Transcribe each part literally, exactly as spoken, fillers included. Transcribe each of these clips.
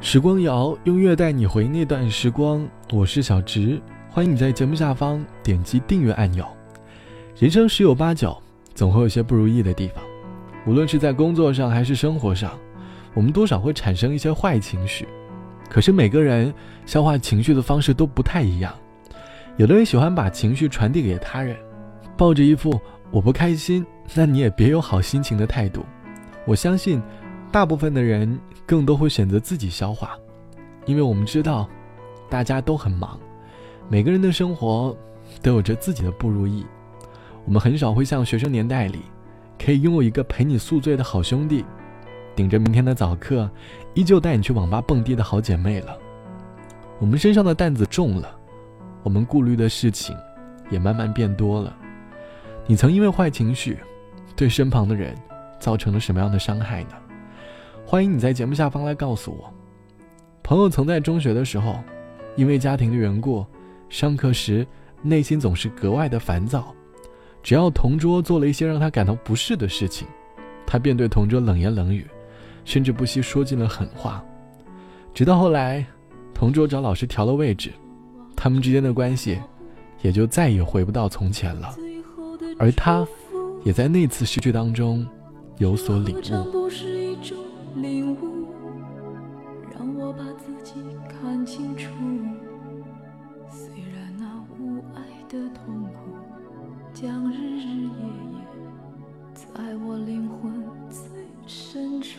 时光谣，用乐带你回那段时光。我是小直，欢迎你在节目下方点击订阅按钮。人生十有八九，总会有些不如意的地方，无论是在工作上还是生活上，我们多少会产生一些坏情绪。可是每个人消化情绪的方式都不太一样，有的人喜欢把情绪传递给他人，抱着一副我不开心，那你也别有好心情的态度。我相信大部分的人更多会选择自己消化，因为我们知道大家都很忙，每个人的生活都有着自己的不如意。我们很少会像学生年代里可以拥有一个陪你宿醉的好兄弟，顶着明天的早课依旧带你去网吧蹦迪的好姐妹了。我们身上的担子重了，我们顾虑的事情也慢慢变多了。你曾因为坏情绪对身旁的人造成了什么样的伤害呢？欢迎你在节目下方来告诉我。朋友曾在中学的时候，因为家庭的缘故，上课时内心总是格外的烦躁，只要同桌做了一些让他感到不适的事情，他便对同桌冷言冷语，甚至不惜说尽了狠话。直到后来同桌找老师调了位置，他们之间的关系也就再也回不到从前了，而他也在那次失去当中有所领悟。 领悟让我把自己看清楚，虽然那无爱的痛苦将日日夜夜在我灵魂最深处。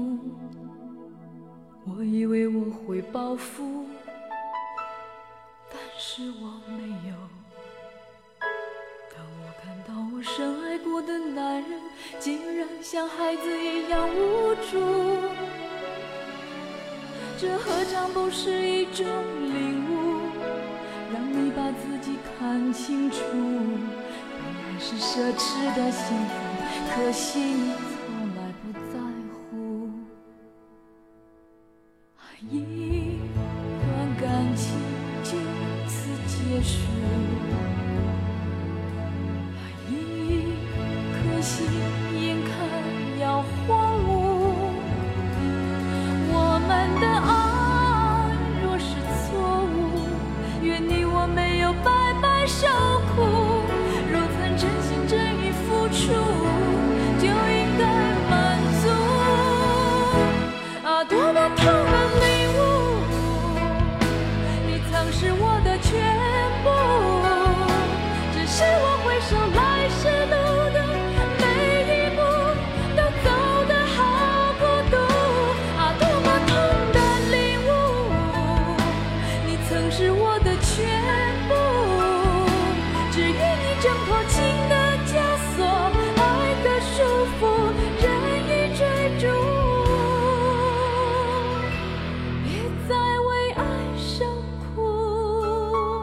我以为我会报复，但是我没有。当我看到我深爱过的男人竟然像孩子一样无助，这何尝不是一种领悟，让你把自己看清楚。被爱是奢侈的幸福，可惜你从来不在乎。一段感情就此结束，心眼看要荒芜，我们的爱若是错误，愿你我没有白白受苦。若曾真心真意付出，就应该满足。啊，多么痛的领悟，你曾是我的全部，只是我回首来时路的是我的全部，只愿你挣脱情的枷锁，爱的束缚，任意追逐，别再为爱受苦。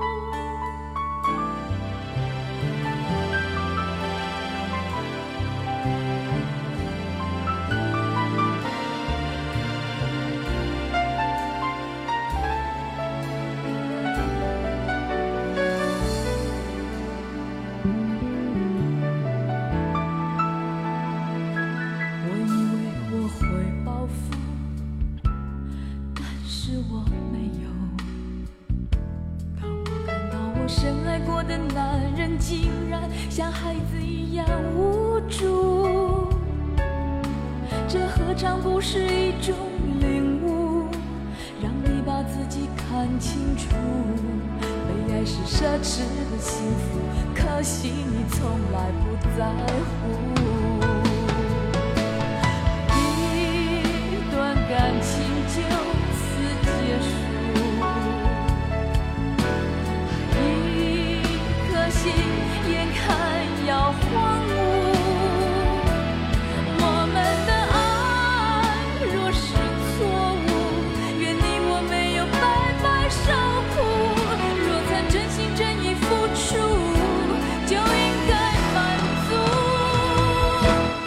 深爱过的男人竟然像孩子一样无助，这何尝不是一种领悟，让你把自己看清楚。被爱是奢侈的幸福，可惜你从来不在乎。一段感情就此结束，心眼看要荒芜，我们的爱若是错误，愿你我没有白白受苦。若曾真心真意付出，就应该满足。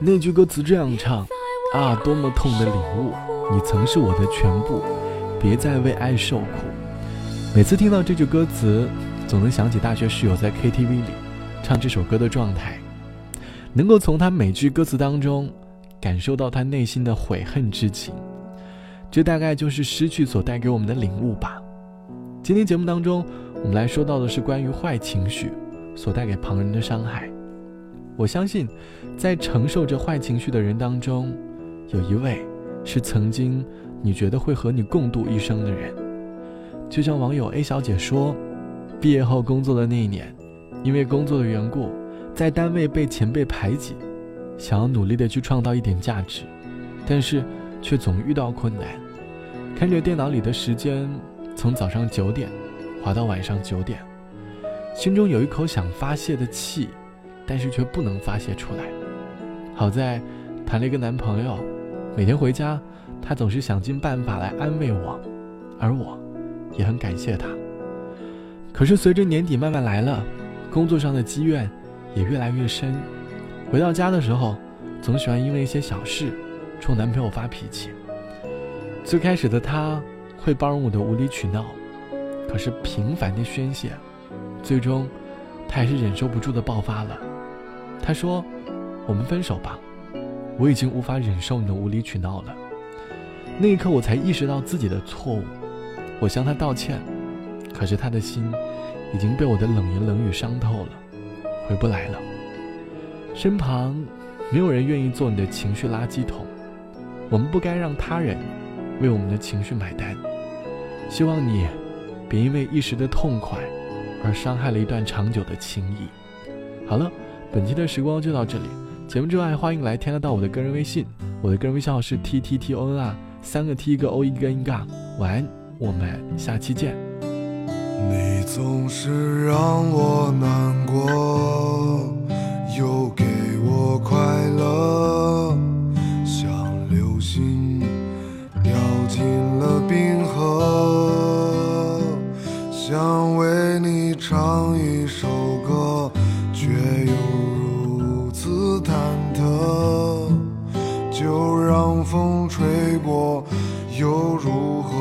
那句歌词这样唱啊，多么痛的领悟，你曾是我的全部，别再为爱受苦。每次听到这句歌词，总能想起大学室友在 K T V 里唱这首歌的状态，能够从他每句歌词当中感受到他内心的悔恨之情。这大概就是失去所带给我们的领悟吧。今天节目当中，我们来说到的是关于坏情绪所带给旁人的伤害。我相信在承受着坏情绪的人当中，有一位是曾经你觉得会和你共度一生的人。就像网友 A 小姐说，毕业后工作的那一年，因为工作的缘故，在单位被前辈排挤，想要努力的去创造一点价值，但是却总遇到困难。看着电脑里的时间从早上九点滑到晚上九点，心中有一口想发泄的气，但是却不能发泄出来。好在谈了一个男朋友，每天回家他总是想尽办法来安慰我，而我也很感谢他。可是随着年底慢慢来了，工作上的积怨也越来越深，回到家的时候总喜欢因为一些小事冲男朋友发脾气。最开始的他会包容我的无理取闹，可是频繁的宣泄，最终他还是忍受不住的爆发了。他说，我们分手吧，我已经无法忍受你的无理取闹了。那一刻我才意识到自己的错误，我向他道歉，可是他的心已经被我的冷言冷语伤透了，回不来了。身旁没有人愿意做你的情绪垃圾桶，我们不该让他人为我们的情绪买单。希望你别因为一时的痛快而伤害了一段长久的情谊。好了，本期的时光就到这里。节目之外，欢迎来添加到我的个人微信，我的个人微信号是 T T T O N R， 三个 T 一个 O 一个 N 杠。晚安，我们下期见。 你总是让我难过，又给我快乐，像流星掉进了冰河，想为你唱一首歌，却又如此忐忑，就让风吹过又如何？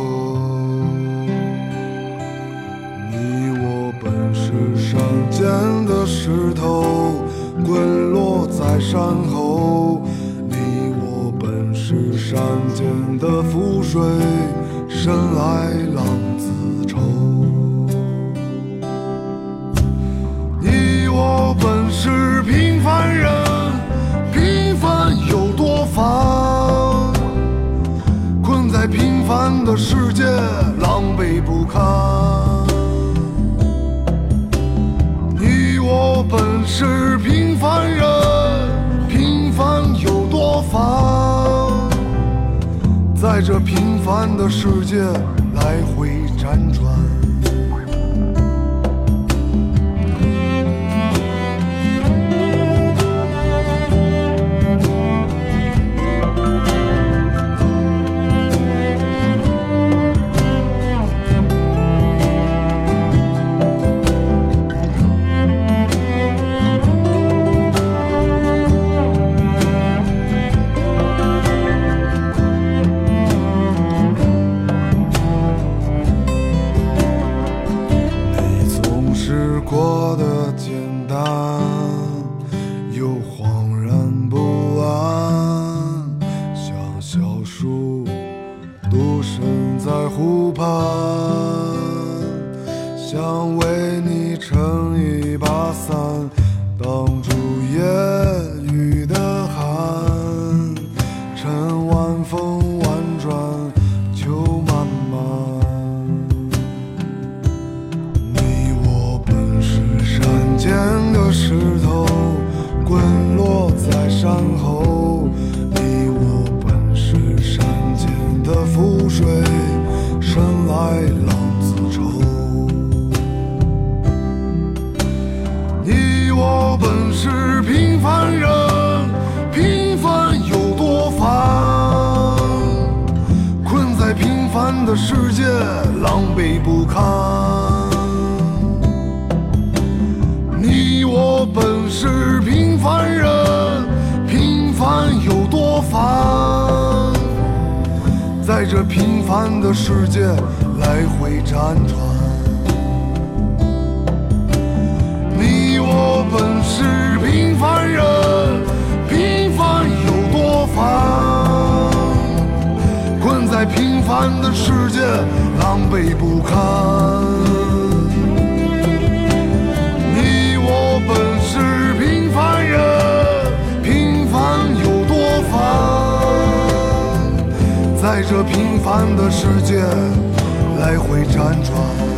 你我本是山间的石头，滚落在山后，你我本是山间的覆水，生来浪子愁。你我本是平凡人，平凡有多烦，困在平凡的世界，狼狈不堪。你我本是平凡人，平凡有多烦，在这平凡的世界来回辗转。过得简单，又恍然不安，像小树独身在湖畔，想为你撑一把伞，挡住夜雨的寒，趁晚风婉转秋漫漫。山间的石头滚落在山后，你我本是山间的覆水，生来浪子愁。你我本是平凡人，平凡有多烦，困在平凡的世界，狼狈不堪。你我本是平凡人，平凡在这平凡的世界来回辗转。你我本是平凡人，平凡有多烦，困在平凡的世界狼狈不堪。你我本是平凡人，平凡有多烦，在这平凡的世界来回辗转。